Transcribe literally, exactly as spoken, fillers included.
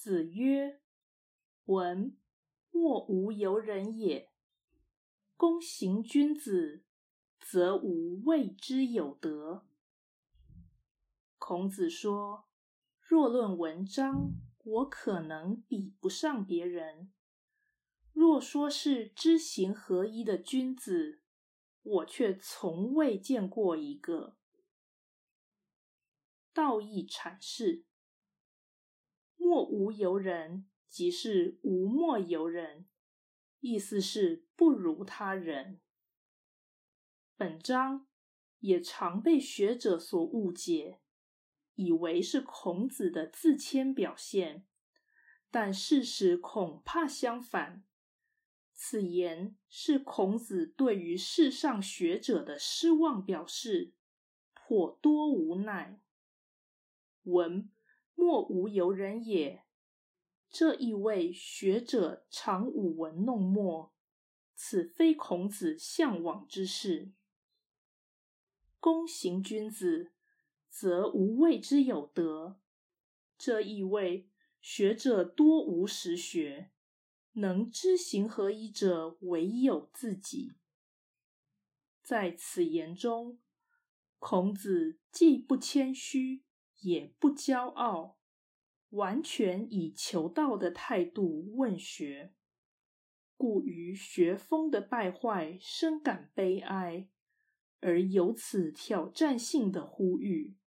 子曰：闻，莫无由人也。躬行君子，则无谓之有德。孔子说，若论文章，我可能比不上别人；若说是知行合一的君子，我却从未见过一个。道义阐释：莫无尤人，即是无莫尤人，意思是不如他人。本章也常被学者所误解，以为是孔子的自谦表现，但事实恐怕相反。此言是孔子对于世上学者的失望表示，颇多无奈。闻，莫无尤人也，这意味学者常舞文弄墨，此非孔子向往之事。躬行君子，则无谓之有德，这意味学者多无实学，能知行合一者唯有自己。在此言中，孔子既不谦虚，也不骄傲，完全以求道的态度问学，故于学风的败坏深感悲哀，而有此挑战性的呼吁。